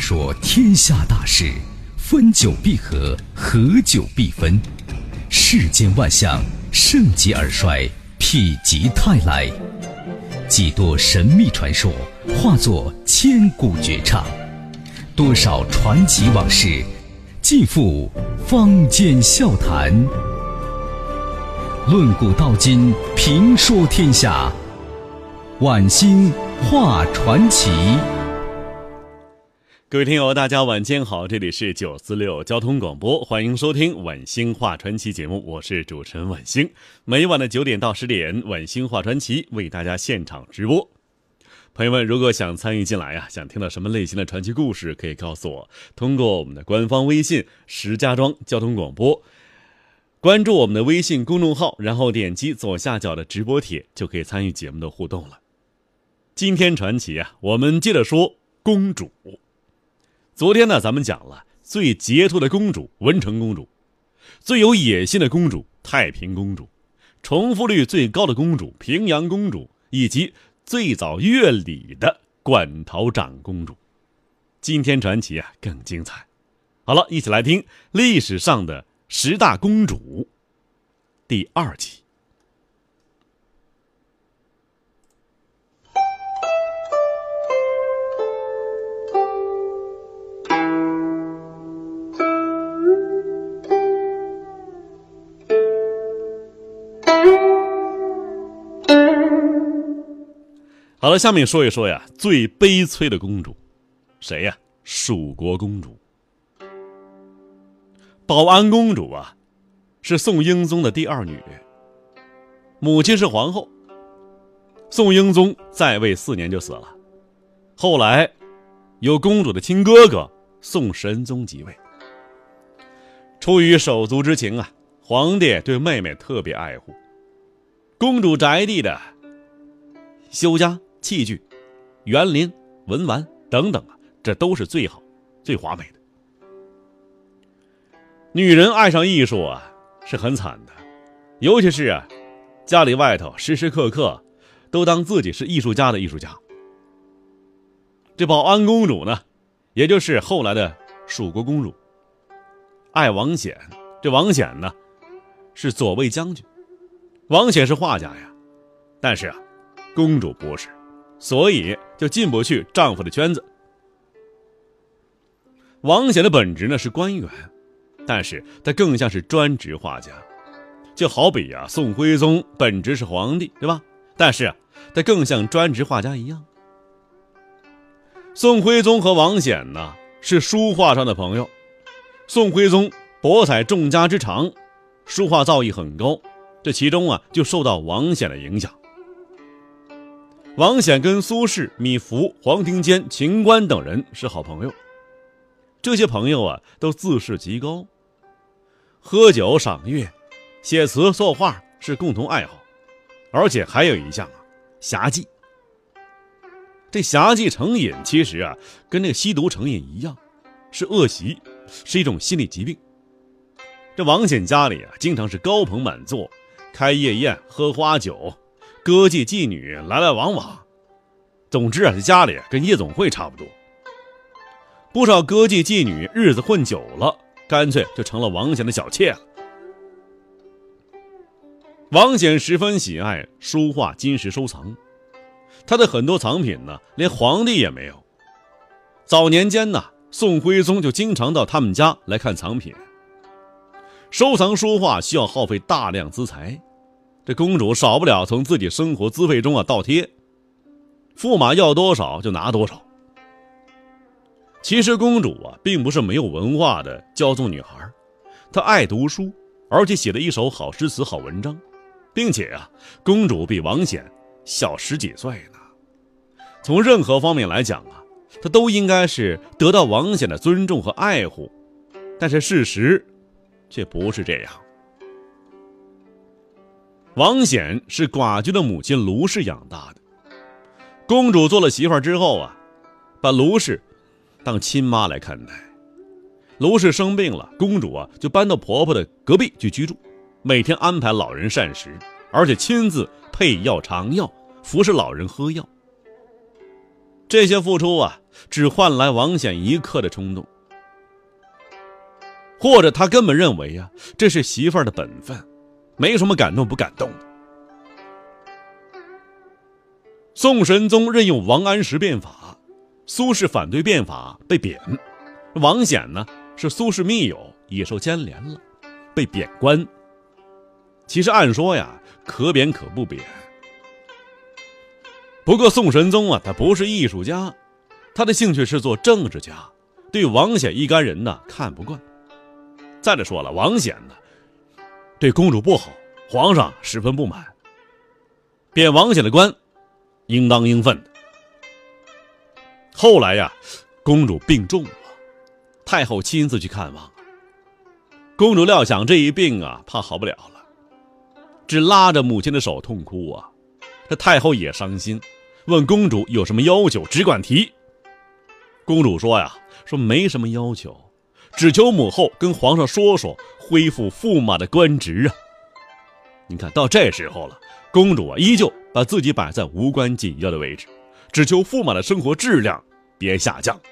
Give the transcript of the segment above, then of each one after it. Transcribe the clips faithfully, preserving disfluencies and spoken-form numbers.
说天下大事，分久必合，合久必分。世间万象，盛极而衰，否极泰来。几多神秘传说化作千古绝唱，多少传奇往事尽付坊间笑谈。论古道今，评说天下，晚星话传奇。 各位听友大家晚间好，这里是九四六交通广播，欢迎收听晚星话传奇节目，我是主持人晚星。每晚的九点到十点，晚星话传奇为大家现场直播。朋友们如果想参与进来啊，想听到什么类型的传奇故事，可以告诉我，通过我们的官方微信石家庄交通广播，关注我们的微信公众号，然后点击左下角的直播帖，就可以参与节目的互动了。今天传奇啊，我们接着说公主。昨天呢，咱们讲了最杰出的公主文成公主，最有野心的公主太平公主，重复率最高的公主平阳公主，以及最早乐礼的馆陶长公主。今天传奇啊更精彩。好了，一起来听历史上的十大公主第二集。好了，下面说一说呀，最悲催的公主，谁呀？蜀国公主。保安公主啊，是宋英宗的第二女，母亲是皇后。宋英宗在位四年就死了，后来有公主的亲哥哥宋神宗即位。出于手足之情啊，皇帝对妹妹特别爱护。公主宅地的修家器具、园林、文玩等等啊，这都是最好、最华美的。女人爱上艺术啊，是很惨的，尤其是啊，家里外头时时刻刻都当自己是艺术家的艺术家。这保安公主呢，也就是后来的蜀国公主，爱王显。这王显呢，是左卫将军。王显是画家呀，但是啊，公主不是。所以就进不去丈夫的圈子。王显的本职呢是官员，但是他更像是专职画家，就好比啊宋徽宗本职是皇帝，对吧？但是啊他更像专职画家一样。宋徽宗和王显呢是书画上的朋友，宋徽宗博采众家之长，书画造诣很高，这其中啊就受到王显的影响。王显跟苏轼、米芾、黄庭坚、秦观等人是好朋友，这些朋友啊都自视极高，喝酒赏月、写词作画是共同爱好，而且还有一项啊侠妓。这侠妓成瘾其实啊跟那个吸毒成瘾一样，是恶习，是一种心理疾病。这王显家里啊经常是高朋满座，开夜宴，喝花酒，歌妓妓女来来往往，总之啊，这家里跟夜总会差不多。不少歌妓妓女日子混久了，干脆就成了王显的小妾了。王显十分喜爱书画金石收藏，他的很多藏品呢，连皇帝也没有。早年间呢，宋徽宗就经常到他们家来看藏品。收藏书画需要耗费大量资财，这公主少不了从自己生活资费中啊倒贴，驸马要多少就拿多少。其实公主啊并不是没有文化的骄纵女孩，她爱读书，而且写了一手好诗词好文章，并且啊公主比王显小十几岁呢。从任何方面来讲啊，她都应该是得到王显的尊重和爱护，但是事实却不是这样。王显是寡君的母亲卢氏养大的，公主做了媳妇之后啊，把卢氏当亲妈来看待。卢氏生病了，公主啊就搬到婆婆的隔壁去居住，每天安排老人膳食，而且亲自配药尝药，服侍老人喝药。 这些付出啊，只换来王显一刻的冲动，或者他根本认为啊，这是媳妇儿的本分，没什么感动不感动的。宋神宗任用王安石变法，苏轼反对变法被贬，王显呢是苏轼密友，也受牵连了，被贬官。其实按说呀，可贬可不贬。不过宋神宗啊，他不是艺术家，他的兴趣是做政治家，对王显一干人呢看不惯。再者说了，王显呢对公主不好，皇上十分不满，贬王显的官应当应分的。后来呀，公主病重了，太后亲自去看望。公主料想这一病啊，怕好不了了，只拉着母亲的手痛哭啊。这太后也伤心，问公主有什么要求，只管提。公主说呀，说没什么要求，只求母后跟皇上说说，恢复驸马的官职啊。你看到这时候了，公主啊依旧把自己摆在无关紧要的位置，只求驸马的生活质量别下降。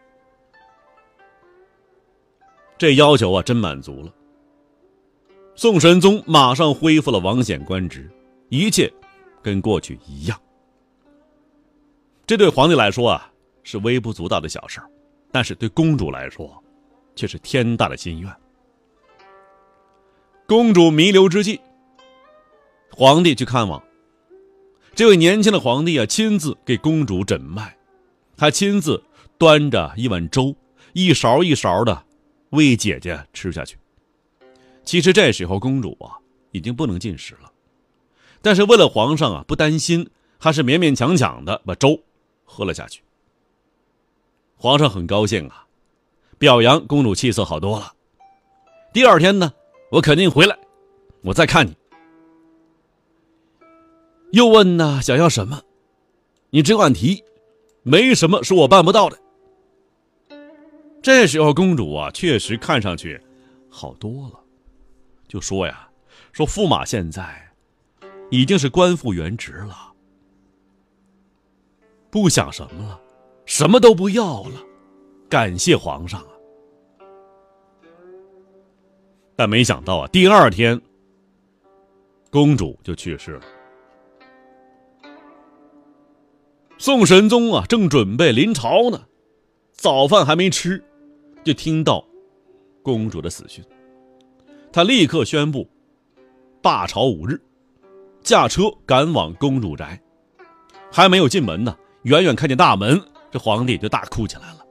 这要求啊真满足了，宋神宗马上恢复了王显官职，一切跟过去一样。这对皇帝来说啊是微不足道的小事，但是对公主来说却是天大的心愿。公主弥留之际，皇帝去看望，这位年轻的皇帝啊亲自给公主诊脉，还亲自端着一碗粥，一勺一勺的喂姐姐吃下去。其实这时候公主啊已经不能进食了，但是为了皇上啊不担心，还是勉勉强强的把粥喝了下去。皇上很高兴啊，表扬公主气色好多了。第二天呢，我肯定回来，我再看你。又问呢，想要什么？你只管提，没什么是我办不到的。这时候公主啊，确实看上去好多了，就说呀，说驸马现在已经是官复原职了，不想什么了，什么都不要了，感谢皇上啊。但没想到啊，第二天公主就去世了。宋神宗啊正准备临朝呢，早饭还没吃，就听到公主的死讯。他立刻宣布罢朝五日，驾车赶往公主宅。还没有进门呢，远远看见大门，这皇帝就大哭起来了。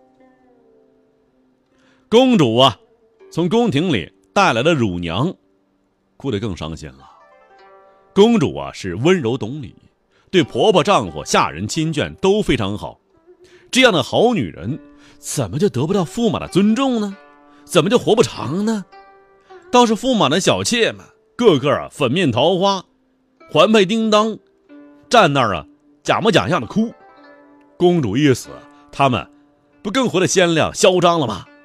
公主啊从宫廷里带来了乳娘，哭得更伤心了。公主啊是温柔懂礼，对婆婆丈夫下人亲眷都非常好，这样的好女人怎么就得不到驸马的尊重呢？怎么就活不长呢？倒是驸马的小妾们个个啊粉面桃花，环佩叮当，站那儿啊假模假样的哭。公主一死，他们不更活得鲜亮嚣张了吗？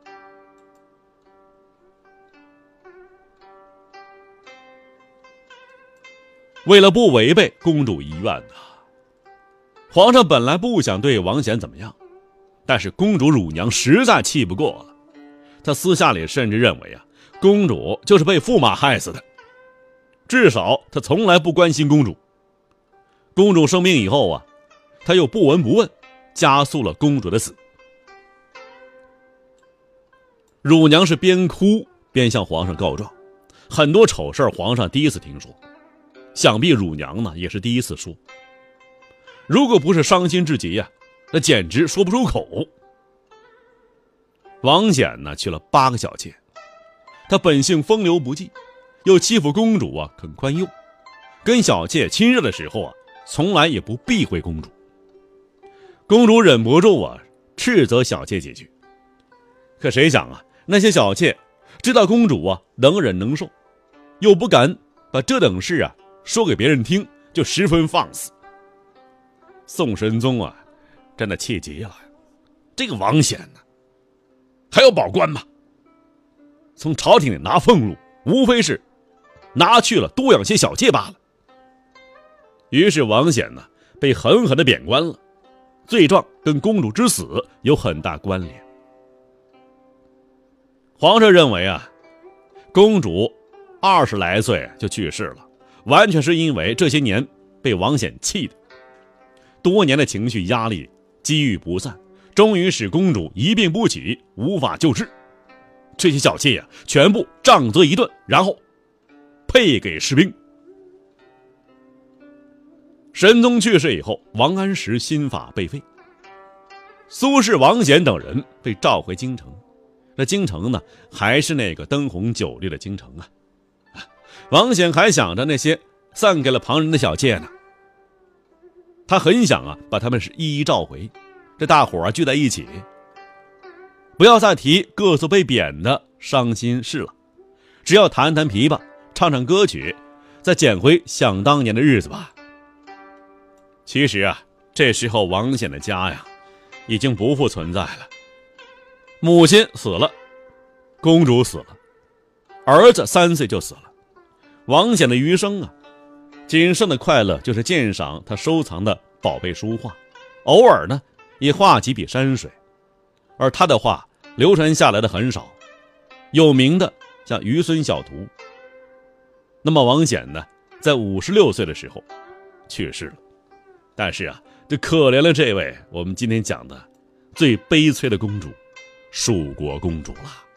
为了不违背公主遗愿啊，皇上本来不想对王显怎么样，但是公主乳娘实在气不过了，她私下里甚至认为啊，公主就是被驸马害死的，至少她从来不关心公主。公主生病以后啊，她又不闻不问，加速了公主的死。乳娘是边哭边向皇上告状，很多丑事皇上第一次听说，想必乳娘呢也是第一次说。如果不是伤心至极呀、啊，那简直说不出口。王显呢娶了八个小妾，他本性风流不羁，又欺负公主啊肯宽宥，跟小妾亲热的时候啊，从来也不避讳公主。公主忍不住啊斥责小妾几句，可谁想啊，那些小妾知道公主啊能忍能受，又不敢把这等事啊说给别人听，就十分放肆。宋神宗啊真的气急了，这个王显呢还要保官吗？从朝廷里拿俸禄，无非是拿去了多养些小妾罢了。于是王显呢被狠狠的贬官了， 罪状跟公主之死有很大关联。皇上认为啊，公主二十来岁就去世了，完全是因为这些年被王显气的，多年的情绪压力积郁不散，终于使公主一病不起，无法救治。这些小妾啊，全部杖责一顿，然后配给士兵。神宗去世以后，王安石新法被废，苏轼、王显等人被召回京城。这京城呢，还是那个灯红酒绿的京城啊。王显还想着那些散给了旁人的小妾呢，他很想啊，把他们是一一召回。这大伙儿啊聚在一起，不要再提各自被贬的伤心事了，只要弹弹琵琶，唱唱歌曲，再捡回想当年的日子吧。其实啊，这时候王显的家呀，已经不复存在了。母亲死了，公主死了，儿子三岁就死了。王显的余生啊，仅剩的快乐就是鉴赏他收藏的宝贝书画，偶尔呢也画几笔山水。而他的画流传下来的很少，有名的像《渔孙小图》。那么王显呢，在五十六岁的时候去世了。但是啊，这可怜了这位我们今天讲的最悲催的公主，蜀国公主了。